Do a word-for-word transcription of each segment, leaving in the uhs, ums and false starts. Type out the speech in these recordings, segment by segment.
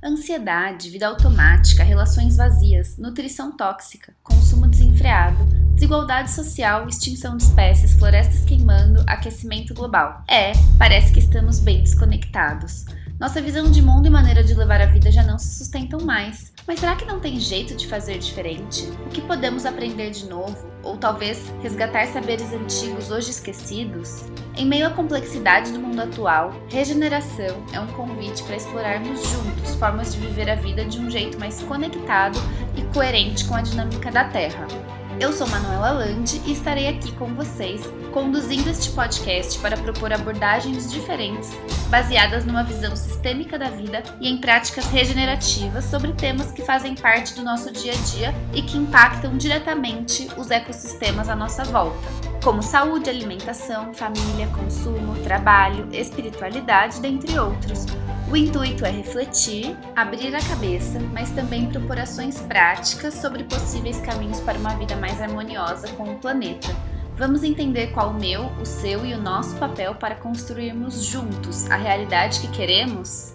Ansiedade, vida automática, relações vazias, nutrição tóxica, consumo desenfreado, desigualdade social, extinção de espécies, florestas queimando, aquecimento global. É, parece que estamos bem desconectados. Nossa visão de mundo e maneira de levar a vida já não se sustentam mais. Mas será que não tem jeito de fazer diferente? O que podemos aprender de novo? Ou talvez resgatar saberes antigos hoje esquecidos? Em meio à complexidade do mundo atual, regeneração é um convite para explorarmos juntos formas de viver a vida de um jeito mais conectado e coerente com a dinâmica da Terra. Eu sou Manuela Landi e estarei aqui com vocês, conduzindo este podcast para propor abordagens diferentes, baseadas numa visão sistêmica da vida e em práticas regenerativas sobre temas que fazem parte do nosso dia a dia e que impactam diretamente os ecossistemas à nossa volta, como saúde, alimentação, família, consumo, trabalho, espiritualidade, dentre outros. O intuito é refletir, abrir a cabeça, mas também propor ações práticas sobre possíveis caminhos para uma vida mais harmoniosa com o planeta. Vamos entender qual o meu, o seu e o nosso papel para construirmos juntos a realidade que queremos?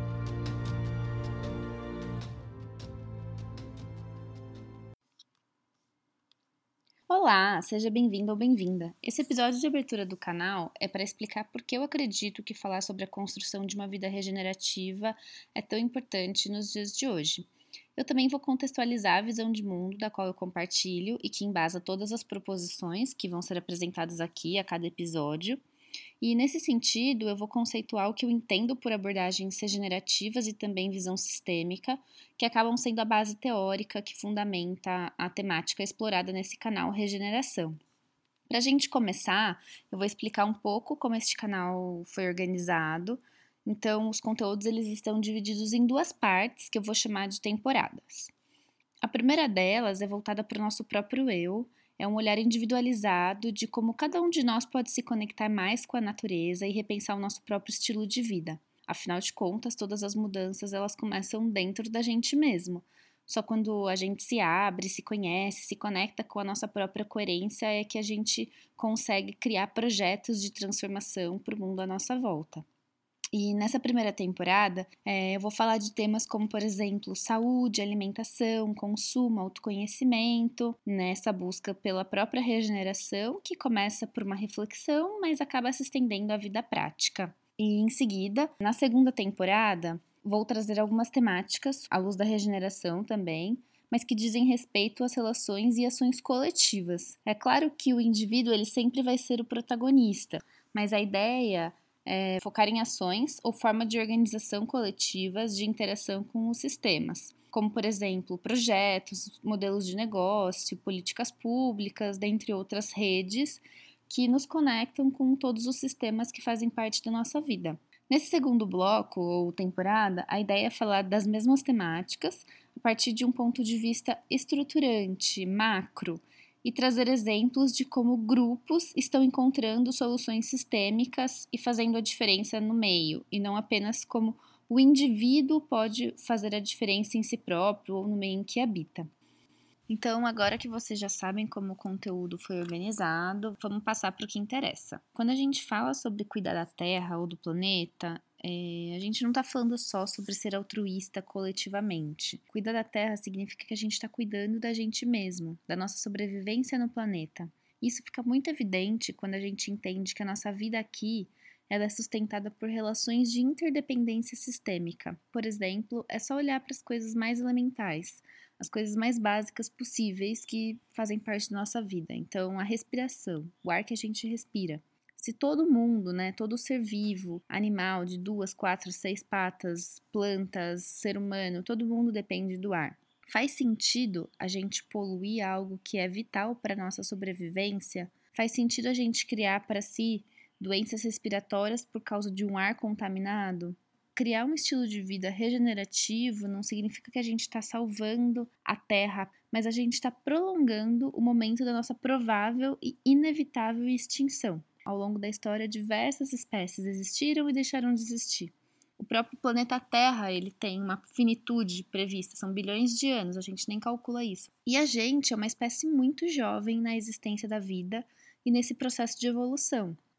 Olá, seja bem-vindo ou bem-vinda. Esse episódio de abertura do canal é para explicar por que eu acredito que falar sobre a construção de uma vida regenerativa é tão importante nos dias de hoje. Eu também vou contextualizar a visão de mundo da qual eu compartilho e que embasa todas as proposições que vão ser apresentadas aqui a cada episódio. E nesse sentido, eu vou conceituar o que eu entendo por abordagens regenerativas e também visão sistêmica, que acabam sendo a base teórica que fundamenta a temática explorada nesse canal Regeneração. Para a gente começar, eu vou explicar um pouco como este canal foi organizado. Então, os conteúdos eles estão divididos em duas partes, que eu vou chamar de temporadas. A primeira delas é voltada para o nosso próprio eu, é um olhar individualizado de como cada um de nós pode se conectar mais com a natureza e repensar o nosso próprio estilo de vida. Afinal de contas, todas as mudanças elas começam dentro da gente mesmo. Só quando a gente se abre, se conhece, se conecta com a nossa própria coerência é que a gente consegue criar projetos de transformação para o mundo à nossa volta. E nessa primeira temporada, é, eu vou falar de temas como, por exemplo, saúde, alimentação, consumo, autoconhecimento, nessa busca pela própria regeneração, que começa por uma reflexão, mas acaba se estendendo à vida prática. E em seguida, na segunda temporada, vou trazer algumas temáticas, à luz da regeneração também, mas que dizem respeito às relações e ações coletivas. É claro que o indivíduo ele sempre vai ser o protagonista, mas a ideia é focar em ações ou forma de organização coletivas de interação com os sistemas, como, por exemplo, projetos, modelos de negócio, políticas públicas, dentre outras redes que nos conectam com todos os sistemas que fazem parte da nossa vida. Nesse segundo bloco, ou temporada, a ideia é falar das mesmas temáticas a partir de um ponto de vista estruturante, macro, e trazer exemplos de como grupos estão encontrando soluções sistêmicas e fazendo a diferença no meio, e não apenas como o indivíduo pode fazer a diferença em si próprio ou no meio em que habita. Então, agora que vocês já sabem como o conteúdo foi organizado, vamos passar para o que interessa. Quando a gente fala sobre cuidar da Terra ou do planeta, É, a gente não está falando só sobre ser altruísta coletivamente. Cuidar da Terra significa que a gente está cuidando da gente mesmo, da nossa sobrevivência no planeta. Isso fica muito evidente quando a gente entende que a nossa vida aqui ela é sustentada por relações de interdependência sistêmica. Por exemplo, é só olhar para as coisas mais elementares, as coisas mais básicas possíveis que fazem parte da nossa vida. Então, a respiração, o ar que a gente respira. Se todo mundo, né, todo ser vivo, animal de duas, quatro, seis patas, plantas, ser humano, todo mundo depende do ar. Faz sentido a gente poluir algo que é vital para a nossa sobrevivência? Faz sentido a gente criar para si doenças respiratórias por causa de um ar contaminado? Criar um estilo de vida regenerativo não significa que a gente está salvando a Terra, mas a gente está prolongando o momento da nossa provável e inevitável extinção. Ao longo da história, diversas espécies existiram e deixaram de existir. O próprio planeta Terra ele tem uma finitude prevista, são bilhões de anos, a gente nem calcula isso. E a gente é uma espécie muito jovem na existência da vida e nesse processo de evolução.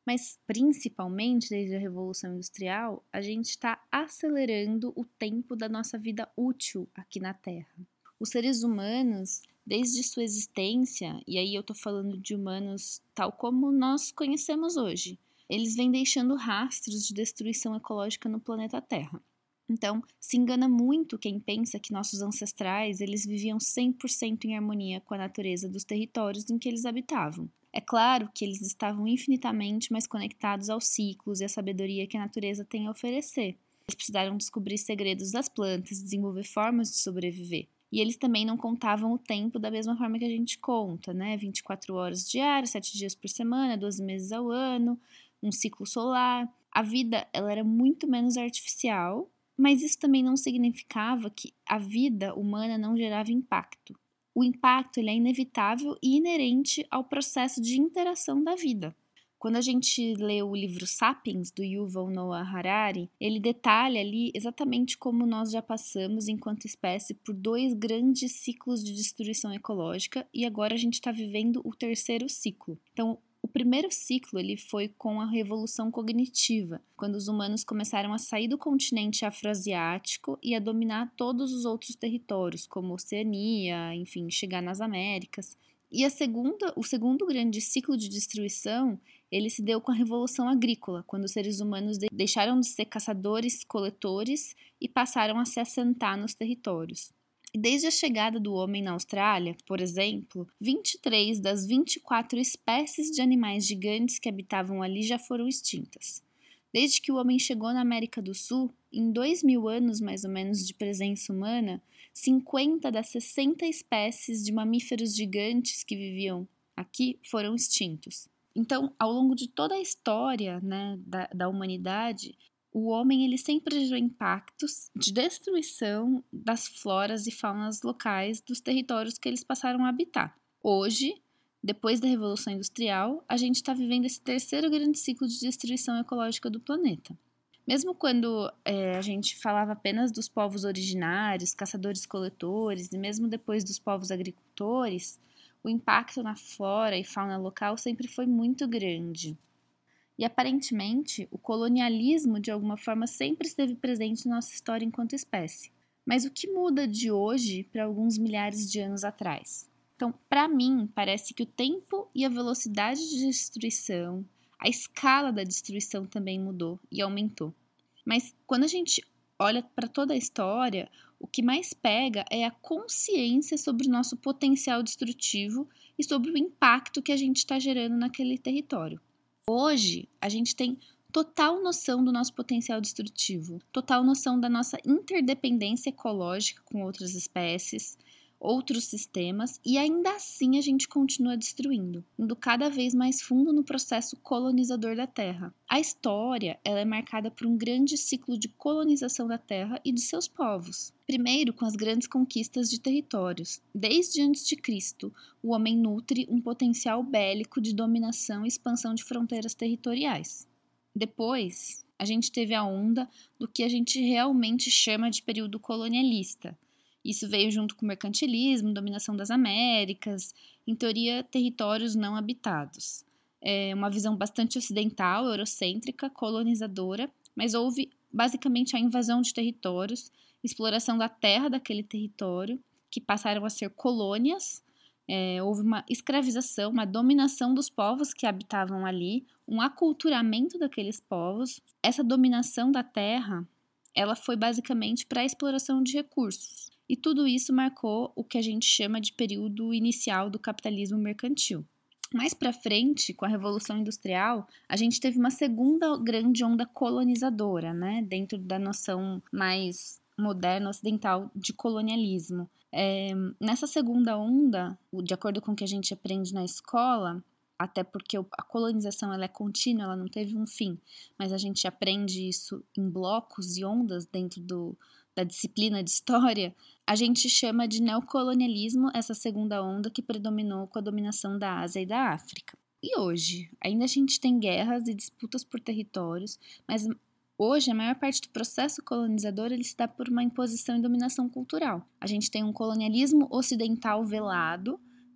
Mas, principalmente desde a Revolução Industrial, a gente está acelerando o tempo da nossa vida útil aqui na Terra. Os seres humanos, desde sua existência, e aí eu estou falando de humanos tal como nós conhecemos hoje, eles vêm deixando rastros de destruição ecológica no planeta Terra. Então, se engana muito quem pensa que nossos ancestrais eles viviam cem por cento em harmonia com a natureza dos territórios em que eles habitavam. É claro que eles estavam infinitamente mais conectados aos ciclos e à sabedoria que a natureza tem a oferecer. Eles precisaram descobrir segredos das plantas, desenvolver formas de sobreviver. E eles também não contavam o tempo da mesma forma que a gente conta, né? vinte e quatro horas diárias, sete dias por semana, doze meses ao ano, um ciclo solar. A vida ela era muito menos artificial, mas isso também não significava que a vida humana não gerava impacto. O impacto ele é inevitável e inerente ao processo de interação da vida. Quando a gente lê o livro Sapiens, do Yuval Noah Harari, ele detalha ali exatamente como nós já passamos, enquanto espécie, por dois grandes ciclos de destruição ecológica e agora a gente está vivendo o terceiro ciclo. Então, o primeiro ciclo ele foi com a Revolução Cognitiva, quando os humanos começaram a sair do continente afroasiático e a dominar todos os outros territórios, como Oceania, enfim, chegar nas Américas. E a segunda, o segundo grande ciclo de destruição, ele se deu com a Revolução Agrícola, quando os seres humanos de- deixaram de ser caçadores-coletores e passaram a se assentar nos territórios. E desde a chegada do homem na Austrália, por exemplo, vinte e três das vinte e quatro espécies de animais gigantes que habitavam ali já foram extintas. Desde que o homem chegou na América do Sul, em dois mil anos mais ou menos de presença humana, cinquenta das sessenta espécies de mamíferos gigantes que viviam aqui foram extintos. Então, ao longo de toda a história, né, da, da humanidade, o homem ele sempre gerou impactos de destruição das floras e faunas locais dos territórios que eles passaram a habitar. Hoje, depois da Revolução Industrial, a gente está vivendo esse terceiro grande ciclo de destruição ecológica do planeta. Mesmo quando é, a gente falava apenas dos povos originários, caçadores-coletores, e mesmo depois dos povos agricultores, o impacto na flora e fauna local sempre foi muito grande. E aparentemente, o colonialismo de alguma forma sempre esteve presente na nossa história enquanto espécie. Mas o que muda de hoje para alguns milhares de anos atrás? Então, para mim, parece que o tempo e a velocidade de destruição, a escala da destruição também mudou e aumentou. Mas quando a gente olha para toda a história, o que mais pega é a consciência sobre o nosso potencial destrutivo e sobre o impacto que a gente está gerando naquele território. Hoje, a gente tem total noção do nosso potencial destrutivo, total noção da nossa interdependência ecológica com outras espécies, outros sistemas, e ainda assim a gente continua destruindo, indo cada vez mais fundo no processo colonizador da Terra. A história ela é marcada por um grande ciclo de colonização da Terra e de seus povos. Primeiro, com as grandes conquistas de territórios. Desde antes de Cristo, o homem nutre um potencial bélico de dominação e expansão de fronteiras territoriais. Depois, a gente teve a onda do que a gente realmente chama de período colonialista. Isso veio junto com o mercantilismo, dominação das Américas, em teoria, territórios não habitados. É uma visão bastante ocidental, eurocêntrica, colonizadora, mas houve basicamente a invasão de territórios, exploração da terra daquele território, que passaram a ser colônias. É, houve uma escravização, uma dominação dos povos que habitavam ali, um aculturamento daqueles povos. Essa dominação da terra, ela foi basicamente para a exploração de recursos. E tudo isso marcou o que a gente chama de período inicial do capitalismo mercantil. Mais para frente, com a Revolução Industrial, a gente teve uma segunda grande onda colonizadora, né, dentro da noção mais moderna ocidental de colonialismo. É, nessa segunda onda, de acordo com o que a gente aprende na escola, até porque a colonização ela é contínua, ela não teve um fim, mas a gente aprende isso em blocos e ondas dentro do, da disciplina de história, a gente chama de neocolonialismo essa segunda onda que predominou com a dominação da Ásia e da África. E hoje, ainda a gente tem guerras e disputas por territórios, mas hoje a maior parte do processo colonizador ele se dá por uma imposição e dominação cultural. A gente tem um colonialismo ocidental velado,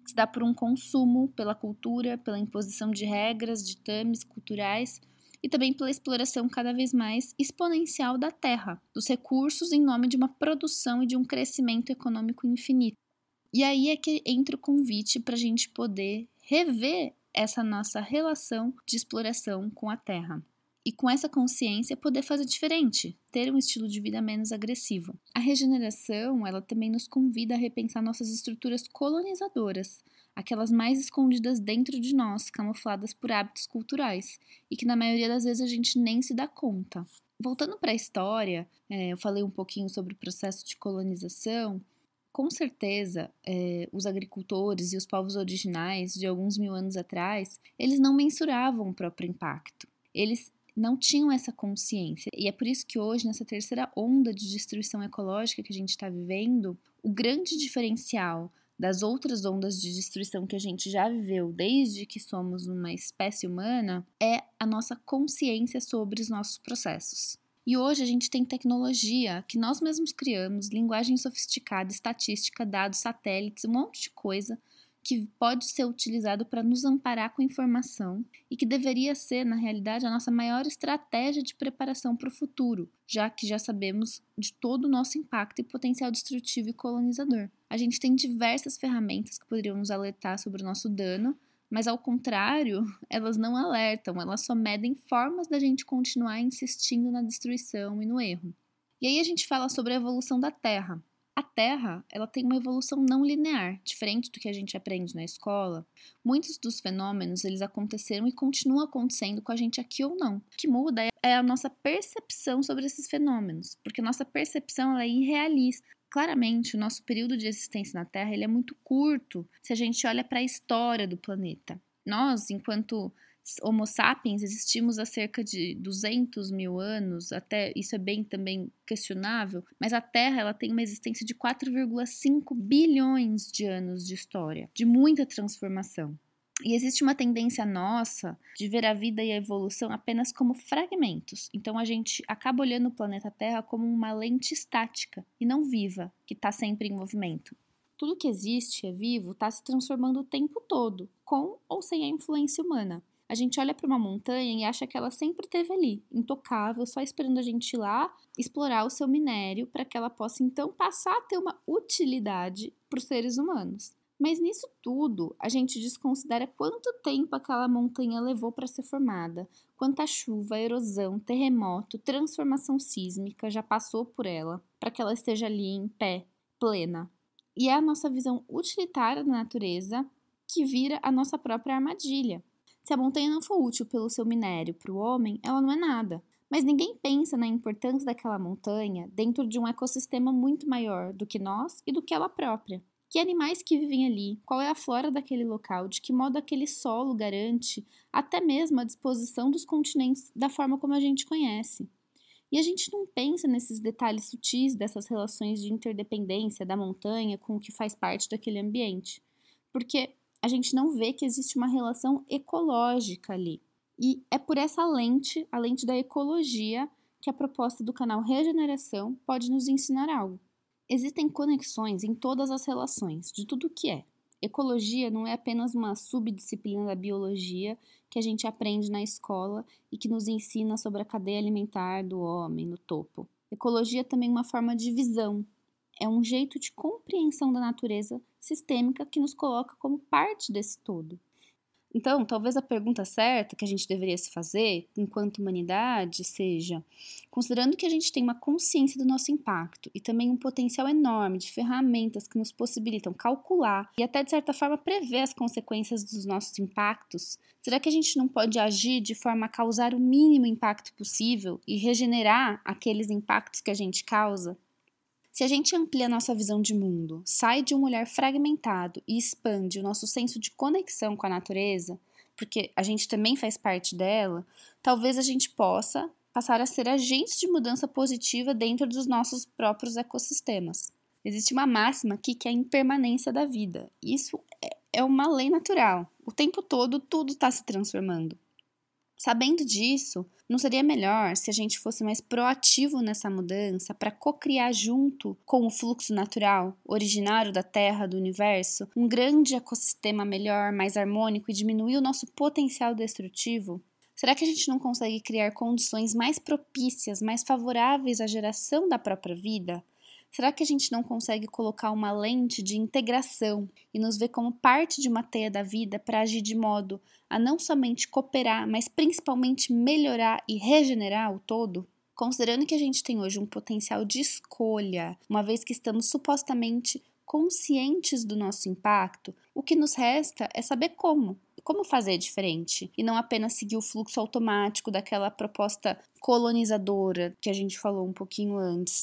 se dá por um consumo, pela cultura, pela imposição de regras, ditames culturais e também pela exploração cada vez mais exponencial da terra, dos recursos em nome de uma produção e de um crescimento econômico infinito. E aí é que entra o convite para a gente poder rever essa nossa relação de exploração com a terra. E com essa consciência poder fazer diferente, ter um estilo de vida menos agressivo. A regeneração, ela também nos convida a repensar nossas estruturas colonizadoras, aquelas mais escondidas dentro de nós, camufladas por hábitos culturais, e que na maioria das vezes a gente nem se dá conta. Voltando para a história, é, eu falei um pouquinho sobre o processo de colonização. Com certeza, é, os agricultores e os povos originais de alguns mil anos atrás, eles não mensuravam o próprio impacto. Eles não tinham essa consciência. E é por isso que hoje, nessa terceira onda de destruição ecológica que a gente está vivendo, o grande diferencial das outras ondas de destruição que a gente já viveu desde que somos uma espécie humana é a nossa consciência sobre os nossos processos. E hoje a gente tem tecnologia que nós mesmos criamos, linguagem sofisticada, estatística, dados, satélites, um monte de coisa que pode ser utilizado para nos amparar com informação e que deveria ser, na realidade, a nossa maior estratégia de preparação para o futuro, já que já sabemos de todo o nosso impacto e potencial destrutivo e colonizador. A gente tem diversas ferramentas que poderiam nos alertar sobre o nosso dano, mas ao contrário, elas não alertam, elas só medem formas da gente continuar insistindo na destruição e no erro. E aí a gente fala sobre a evolução da Terra. A Terra, ela tem uma evolução não linear, diferente do que a gente aprende na escola. Muitos dos fenômenos, eles aconteceram e continuam acontecendo com a gente aqui ou não. O que muda é a nossa percepção sobre esses fenômenos, porque a nossa percepção ela é irrealista. Claramente, o nosso período de existência na Terra ele é muito curto se a gente olha para a história do planeta. Nós, enquanto Homo sapiens, existimos há cerca de duzentos mil anos, até isso é bem também questionável, mas a Terra ela tem uma existência de quatro vírgula cinco bilhões de anos de história, de muita transformação. E existe uma tendência nossa de ver a vida e a evolução apenas como fragmentos. Então a gente acaba olhando o planeta Terra como uma lente estática e não viva, que está sempre em movimento. Tudo que existe, é vivo, está se transformando o tempo todo, com ou sem a influência humana. A gente olha para uma montanha e acha que ela sempre esteve ali, intocável, só esperando a gente ir lá explorar o seu minério para que ela possa então passar a ter uma utilidade para os seres humanos. Mas nisso tudo, a gente desconsidera quanto tempo aquela montanha levou para ser formada, quanta chuva, erosão, terremoto, transformação sísmica já passou por ela, para que ela esteja ali em pé, plena. E é a nossa visão utilitária da natureza que vira a nossa própria armadilha. Se a montanha não for útil pelo seu minério para o homem, ela não é nada. Mas ninguém pensa na importância daquela montanha dentro de um ecossistema muito maior do que nós e do que ela própria. Que animais que vivem ali, qual é a flora daquele local, de que modo aquele solo garante até mesmo a disposição dos continentes da forma como a gente conhece. E a gente não pensa nesses detalhes sutis dessas relações de interdependência da montanha com o que faz parte daquele ambiente, porque a gente não vê que existe uma relação ecológica ali. E é por essa lente, a lente da ecologia, que a proposta do canal Regeneração pode nos ensinar algo. Existem conexões em todas as relações, de tudo o que é. Ecologia não é apenas uma subdisciplina da biologia que a gente aprende na escola e que nos ensina sobre a cadeia alimentar do homem no topo. Ecologia é também uma forma de visão. É um jeito de compreensão da natureza sistêmica que nos coloca como parte desse todo. Então, talvez a pergunta certa que a gente deveria se fazer, enquanto humanidade, seja, considerando que a gente tem uma consciência do nosso impacto e também um potencial enorme de ferramentas que nos possibilitam calcular e até, de certa forma, prever as consequências dos nossos impactos, será que a gente não pode agir de forma a causar o mínimo impacto possível e regenerar aqueles impactos que a gente causa? Se a gente amplia nossa visão de mundo, sai de um olhar fragmentado e expande o nosso senso de conexão com a natureza, porque a gente também faz parte dela, talvez a gente possa passar a ser agentes de mudança positiva dentro dos nossos próprios ecossistemas. Existe uma máxima aqui que é a impermanência da vida. Isso é uma lei natural. O tempo todo, tudo está se transformando. Sabendo disso, não seria melhor se a gente fosse mais proativo nessa mudança para co-criar junto com o fluxo natural, originário da Terra, do universo, um grande ecossistema melhor, mais harmônico e diminuir o nosso potencial destrutivo? Será que a gente não consegue criar condições mais propícias, mais favoráveis à geração da própria vida? Será que a gente não consegue colocar uma lente de integração e nos ver como parte de uma teia da vida para agir de modo a não somente cooperar, mas principalmente melhorar e regenerar o todo? Considerando que a gente tem hoje um potencial de escolha, uma vez que estamos supostamente conscientes do nosso impacto, o que nos resta é saber como. Como fazer diferente e não apenas seguir o fluxo automático daquela proposta colonizadora que a gente falou um pouquinho antes.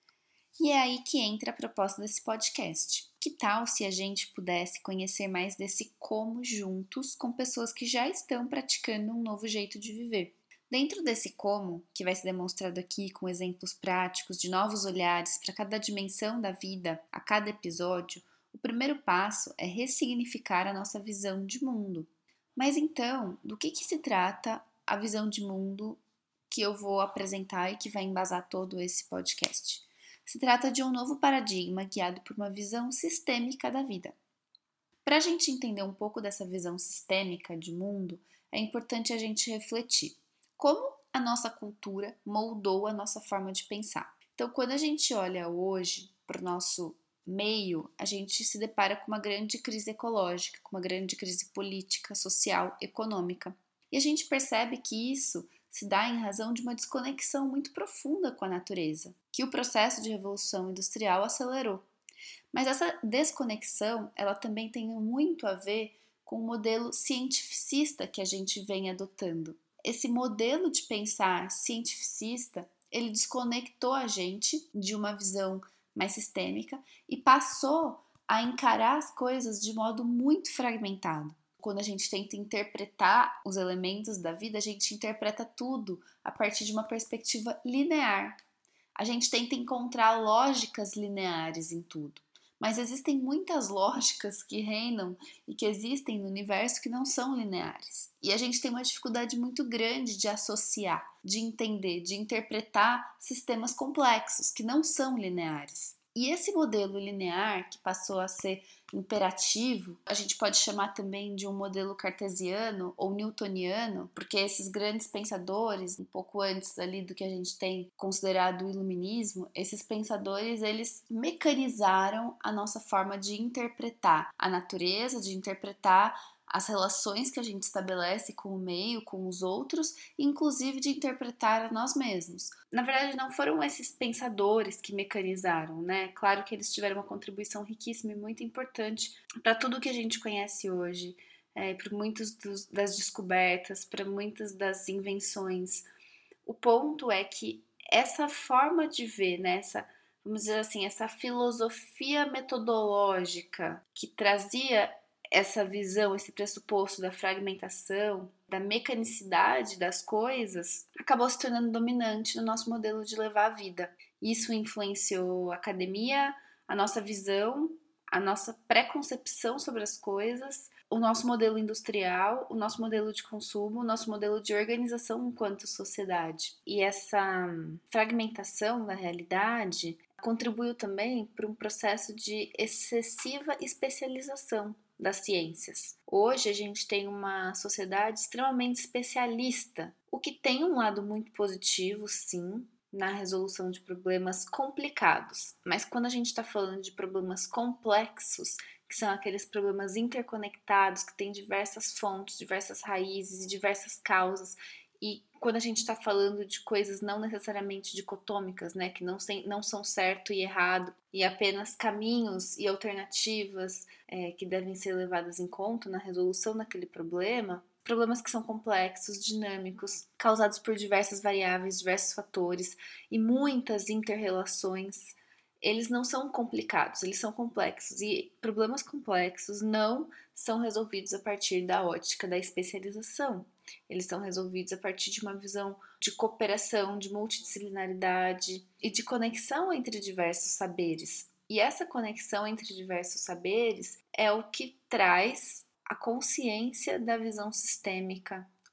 E é aí que entra a proposta desse podcast. Que tal se a gente pudesse conhecer mais desse como juntos com pessoas que já estão praticando um novo jeito de viver? Dentro desse como, que vai ser demonstrado aqui com exemplos práticos de novos olhares para cada dimensão da vida, a cada episódio, o primeiro passo é ressignificar a nossa visão de mundo. Mas então, do que, que se trata a visão de mundo que eu vou apresentar e que vai embasar todo esse podcast? Se trata de um novo paradigma guiado por uma visão sistêmica da vida. Para a gente entender um pouco dessa visão sistêmica de mundo, é importante a gente refletir como a nossa cultura moldou a nossa forma de pensar. Então, quando a gente olha hoje para o nosso meio, a gente se depara com uma grande crise ecológica, com uma grande crise política, social, econômica. E a gente percebe que isso se dá em razão de uma desconexão muito profunda com a natureza, que o processo de revolução industrial acelerou. Mas essa desconexão, ela também tem muito a ver com o modelo cientificista que a gente vem adotando. Esse modelo de pensar cientificista, ele desconectou a gente de uma visão mais sistêmica e passou a encarar as coisas de modo muito fragmentado. Quando a gente tenta interpretar os elementos da vida, a gente interpreta tudo a partir de uma perspectiva linear. A gente tenta encontrar lógicas lineares em tudo. Mas existem muitas lógicas que reinam e que existem no universo que não são lineares. E a gente tem uma dificuldade muito grande de associar, de entender, de interpretar sistemas complexos que não são lineares. E esse modelo linear, que passou a ser imperativo, a gente pode chamar também de um modelo cartesiano ou newtoniano, porque esses grandes pensadores, um pouco antes ali do que a gente tem considerado o iluminismo, esses pensadores, eles mecanizaram a nossa forma de interpretar a natureza, de interpretar as relações que a gente estabelece com o meio, com os outros, e inclusive de interpretar a nós mesmos. Na verdade, não foram esses pensadores que mecanizaram, né? Claro que eles tiveram uma contribuição riquíssima e muito importante para tudo que a gente conhece hoje, é, para muitas das descobertas, para muitas das invenções. O ponto é que essa forma de ver, né, essa, vamos dizer assim, essa filosofia metodológica que trazia essa visão, esse pressuposto da fragmentação, da mecanicidade das coisas, acabou se tornando dominante no nosso modelo de levar a vida. Isso influenciou a academia, a nossa visão, a nossa pré-concepção sobre as coisas, o nosso modelo industrial, o nosso modelo de consumo, o nosso modelo de organização enquanto sociedade. E essa fragmentação da realidade contribuiu também para um processo de excessiva especialização das ciências. Hoje a gente tem uma sociedade extremamente especialista, o que tem um lado muito positivo, sim, na resolução de problemas complicados. Mas quando a gente está falando de problemas complexos, que são aqueles problemas interconectados, que têm diversas fontes, diversas raízes e diversas causas, e quando a gente está falando de coisas não necessariamente dicotômicas, né, que não, sem, não são certo e errado, e apenas caminhos e alternativas é, que devem ser levadas em conta na resolução daquele problema, problemas que são complexos, dinâmicos, causados por diversas variáveis, diversos fatores e muitas interrelações, eles não são complicados, eles são complexos. E problemas complexos não são resolvidos a partir da ótica da especialização. Eles são resolvidos a partir de uma visão de cooperação, de multidisciplinaridade e de conexão entre diversos saberes. E essa conexão entre diversos saberes é o que traz a consciência da visão sistêmica,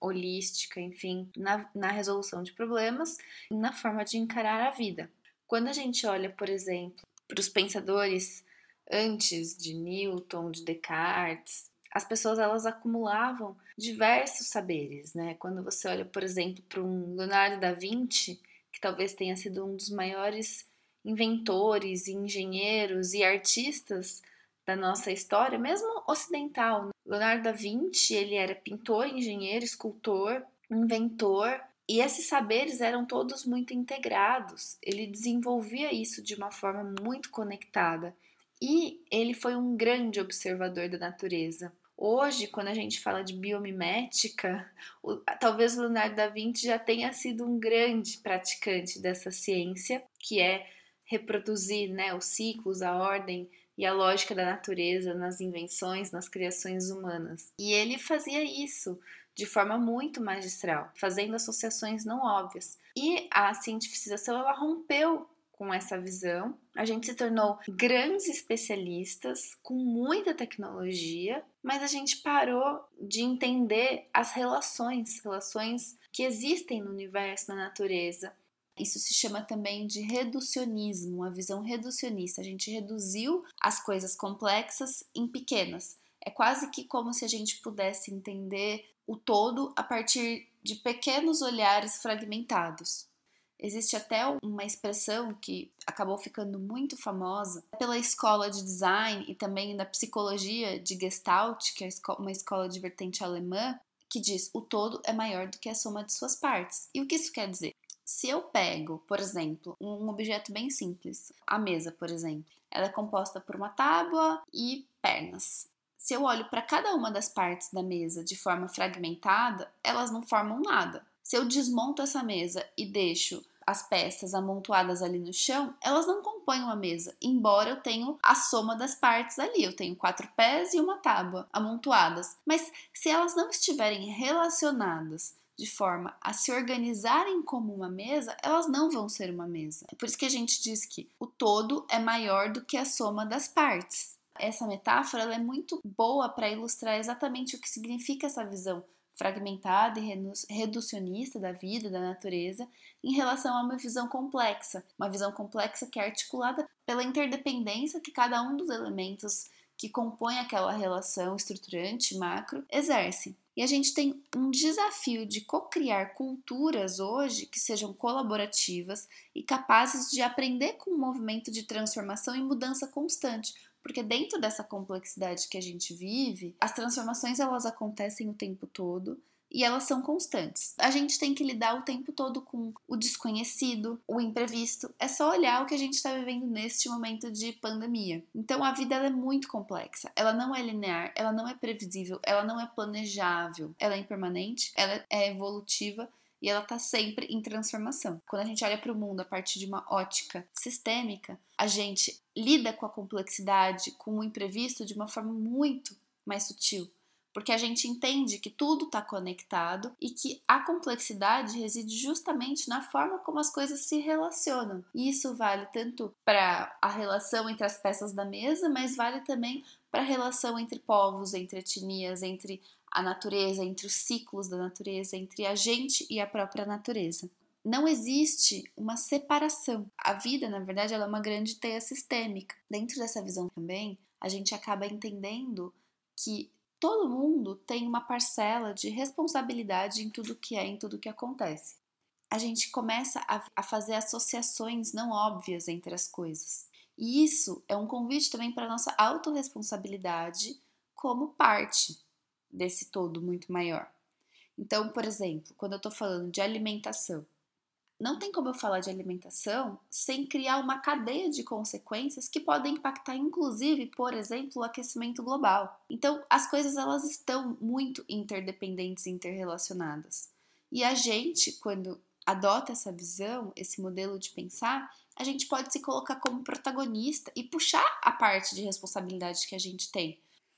holística, enfim, na, na resolução de problemas e na forma de encarar a vida. Quando a gente olha, por exemplo, para os pensadores antes de Newton, de Descartes, as pessoas elas acumulavam diversos saberes, né? Quando você olha, por exemplo, para um Leonardo da Vinci, que talvez tenha sido um dos maiores inventores, engenheiros e artistas da nossa história, mesmo ocidental. Leonardo da Vinci, ele era pintor, engenheiro, escultor, inventor, e esses saberes eram todos muito integrados. Ele desenvolvia isso de uma forma muito conectada. E ele foi um grande observador da natureza. Hoje, quando a gente fala de biomimética, o, talvez o Leonardo da Vinci já tenha sido um grande praticante dessa ciência, que é reproduzir, né, os ciclos, a ordem e a lógica da natureza nas invenções, nas criações humanas. E ele fazia isso de forma muito magistral, fazendo associações não óbvias. E a cientificação, ela rompeu com essa visão. A gente se tornou grandes especialistas com muita tecnologia, mas a gente parou de entender as relações, relações que existem no universo, na natureza. Isso se chama também de reducionismo, uma visão reducionista. A gente reduziu as coisas complexas em pequenas. É quase que como se a gente pudesse entender o todo a partir de pequenos olhares fragmentados. Existe até uma expressão que acabou ficando muito famosa pela escola de design e também da psicologia de Gestalt, que é uma escola de vertente alemã, que diz: o todo é maior do que a soma de suas partes. E o que isso quer dizer? Se eu pego, por exemplo, um objeto bem simples, a mesa, por exemplo, ela é composta por uma tábua e pernas. Se eu olho para cada uma das partes da mesa de forma fragmentada, elas não formam nada. Se eu desmonto essa mesa e deixo as peças amontoadas ali no chão, elas não compõem uma mesa, embora eu tenha a soma das partes ali. Eu tenho quatro pés e uma tábua amontoadas. Mas se elas não estiverem relacionadas de forma a se organizarem como uma mesa, elas não vão ser uma mesa. É por isso que a gente diz que o todo é maior do que a soma das partes. Essa metáfora ela é muito boa para ilustrar exatamente o que significa essa visão fragmentada e reducionista da vida, da natureza, em relação a uma visão complexa. Uma visão complexa que é articulada pela interdependência que cada um dos elementos que compõem aquela relação estruturante macro exerce. E a gente tem um desafio de co-criar culturas hoje que sejam colaborativas e capazes de aprender com um movimento de transformação e mudança constante. Porque dentro dessa complexidade que a gente vive, as transformações elas acontecem o tempo todo e elas são constantes. A gente tem que lidar o tempo todo com o desconhecido, o imprevisto. É só olhar o que a gente está vivendo neste momento de pandemia. Então a vida ela é muito complexa. Ela não é linear, ela não é previsível, ela não é planejável. Ela é impermanente, ela é evolutiva e ela está sempre em transformação. Quando a gente olha para o mundo a partir de uma ótica sistêmica, a gente lida com a complexidade, com o imprevisto de uma forma muito mais sutil, porque a gente entende que tudo está conectado e que a complexidade reside justamente na forma como as coisas se relacionam. E isso vale tanto para a relação entre as peças da mesa, mas vale também para a relação entre povos, entre etnias, entre a natureza, entre os ciclos da natureza, entre a gente e a própria natureza. Não existe uma separação. A vida, na verdade, ela é uma grande teia sistêmica. Dentro dessa visão também, a gente acaba entendendo que todo mundo tem uma parcela de responsabilidade em tudo que é, em tudo que acontece. A gente começa a, a fazer associações não óbvias entre as coisas. E isso é um convite também para a nossa autorresponsabilidade como parte desse todo muito maior. Então, por exemplo, quando eu estou falando de alimentação, não tem como eu falar de alimentação sem criar uma cadeia de consequências que podem impactar, inclusive, por exemplo, o aquecimento global. Então, as coisas elas estão muito interdependentes e interrelacionadas. E a gente, quando adota essa visão, esse modelo de pensar, a gente pode se colocar como protagonista e puxar a parte de responsabilidade que a gente tem.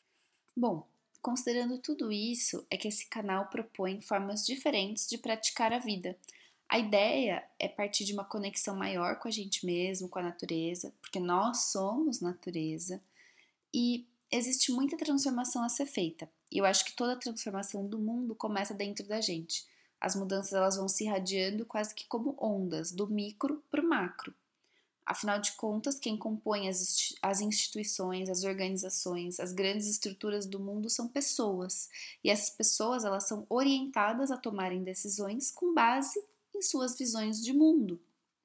Bom, considerando tudo isso, é que esse canal propõe formas diferentes de praticar a vida. A ideia é partir de uma conexão maior com a gente mesmo, com a natureza, porque nós somos natureza, e existe muita transformação a ser feita. E eu acho que toda a transformação do mundo começa dentro da gente. As mudanças elas vão se irradiando quase que como ondas, do micro para o macro. Afinal de contas, quem compõe as, as instituições, as organizações, as grandes estruturas do mundo são pessoas. E essas pessoas elas são orientadas a tomarem decisões com base em suas visões de mundo.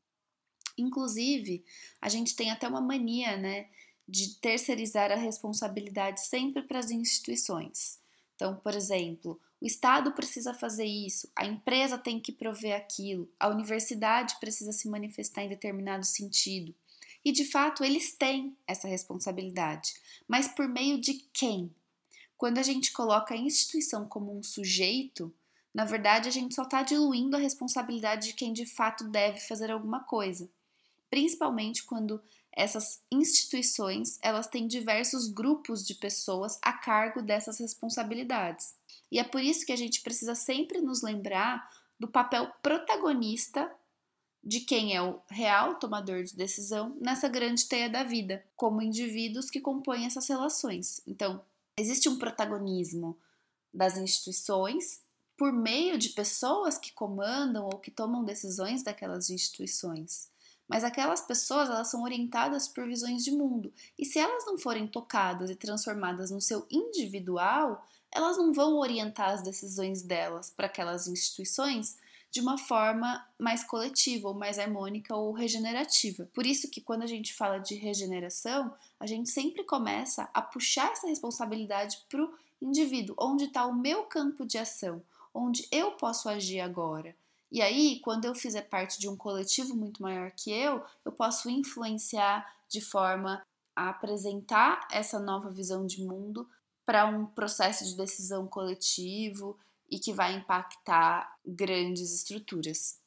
Inclusive, a gente tem até uma mania, né, de terceirizar a responsabilidade sempre para as instituições. Então, por exemplo, o Estado precisa fazer isso, a empresa tem que prover aquilo, a universidade precisa se manifestar em determinado sentido. E, de fato, eles têm essa responsabilidade. Mas por meio de quem? Quando a gente coloca a instituição como um sujeito, na verdade, a gente só está diluindo a responsabilidade de quem de fato deve fazer alguma coisa. Principalmente quando essas instituições elas têm diversos grupos de pessoas a cargo dessas responsabilidades. E é por isso que a gente precisa sempre nos lembrar do papel protagonista de quem é o real tomador de decisão nessa grande teia da vida, como indivíduos que compõem essas relações. Então, existe um protagonismo das instituições por meio de pessoas que comandam ou que tomam decisões daquelas instituições. Mas aquelas pessoas, elas são orientadas por visões de mundo. E se elas não forem tocadas e transformadas no seu individual, elas não vão orientar as decisões delas para aquelas instituições de uma forma mais coletiva, ou mais harmônica ou regenerativa. Por isso que quando a gente fala de regeneração, a gente sempre começa a puxar essa responsabilidade para o indivíduo. Onde está o meu campo de ação? Onde eu posso agir agora? E aí, quando eu fizer parte de um coletivo muito maior que eu, eu posso influenciar de forma a apresentar essa nova visão de mundo para um processo de decisão coletivo e que vai impactar grandes estruturas.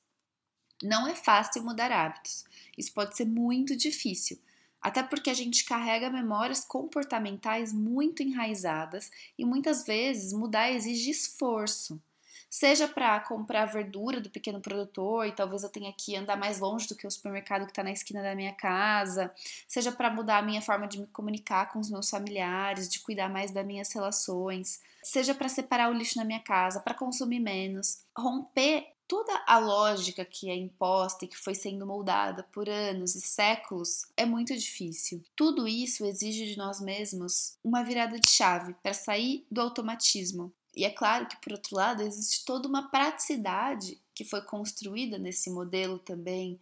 Não é fácil mudar hábitos. Isso pode ser muito difícil, até porque a gente carrega memórias comportamentais muito enraizadas e muitas vezes mudar exige esforço. Seja para comprar verdura do pequeno produtor e talvez eu tenha que andar mais longe do que o supermercado que está na esquina da minha casa, seja para mudar a minha forma de me comunicar com os meus familiares, de cuidar mais das minhas relações, seja para separar o lixo na minha casa, para consumir menos, romper toda a lógica que é imposta e que foi sendo moldada por anos e séculos é muito difícil. Tudo isso exige de nós mesmos uma virada de chave para sair do automatismo. E é claro que, por outro lado, existe toda uma praticidade que foi construída nesse modelo também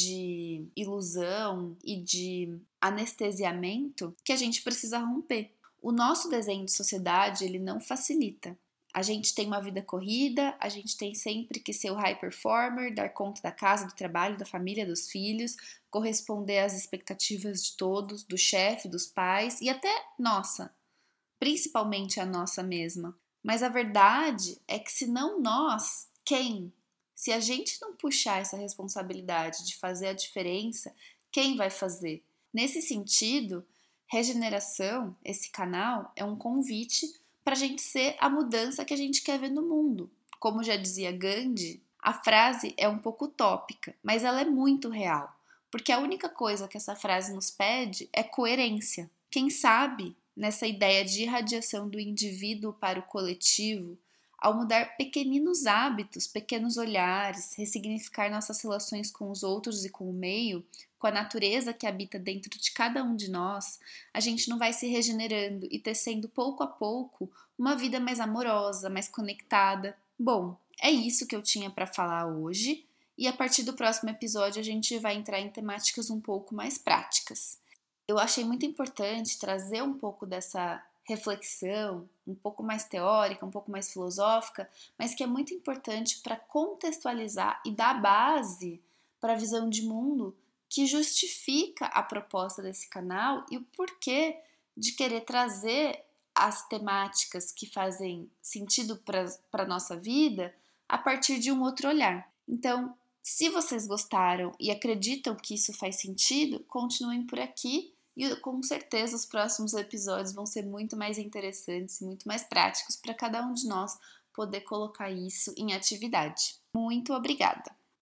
de ilusão e de anestesiamento que a gente precisa romper. O nosso desenho de sociedade, ele não facilita. A gente tem uma vida corrida, a gente tem sempre que ser o high performer, dar conta da casa, do trabalho, da família, dos filhos, corresponder às expectativas de todos, do chefe, dos pais e até nossa, principalmente a nossa mesma. Mas a verdade é que se não nós, quem? Se a gente não puxar essa responsabilidade de fazer a diferença, quem vai fazer? Nesse sentido, regeneração, esse canal, é um convite para a gente ser a mudança que a gente quer ver no mundo. Como já dizia Gandhi, a frase é um pouco utópica, mas ela é muito real, porque a única coisa que essa frase nos pede é coerência. Quem sabe, nessa ideia de irradiação do indivíduo para o coletivo, ao mudar pequeninos hábitos, pequenos olhares, ressignificar nossas relações com os outros e com o meio, com a natureza que habita dentro de cada um de nós, a gente não vai se regenerando e tecendo pouco a pouco uma vida mais amorosa, mais conectada. Bom, é isso que eu tinha para falar hoje e a partir do próximo episódio a gente vai entrar em temáticas um pouco mais práticas. Eu achei muito importante trazer um pouco dessa reflexão, um pouco mais teórica, um pouco mais filosófica, mas que é muito importante para contextualizar e dar base para a visão de mundo que justifica a proposta desse canal e o porquê de querer trazer as temáticas que fazem sentido para a nossa vida a partir de um outro olhar. Então, se vocês gostaram e acreditam que isso faz sentido, continuem por aqui e com certeza os próximos episódios vão ser muito mais interessantes, muito mais práticos para cada um de nós poder colocar isso em atividade. Muito obrigada!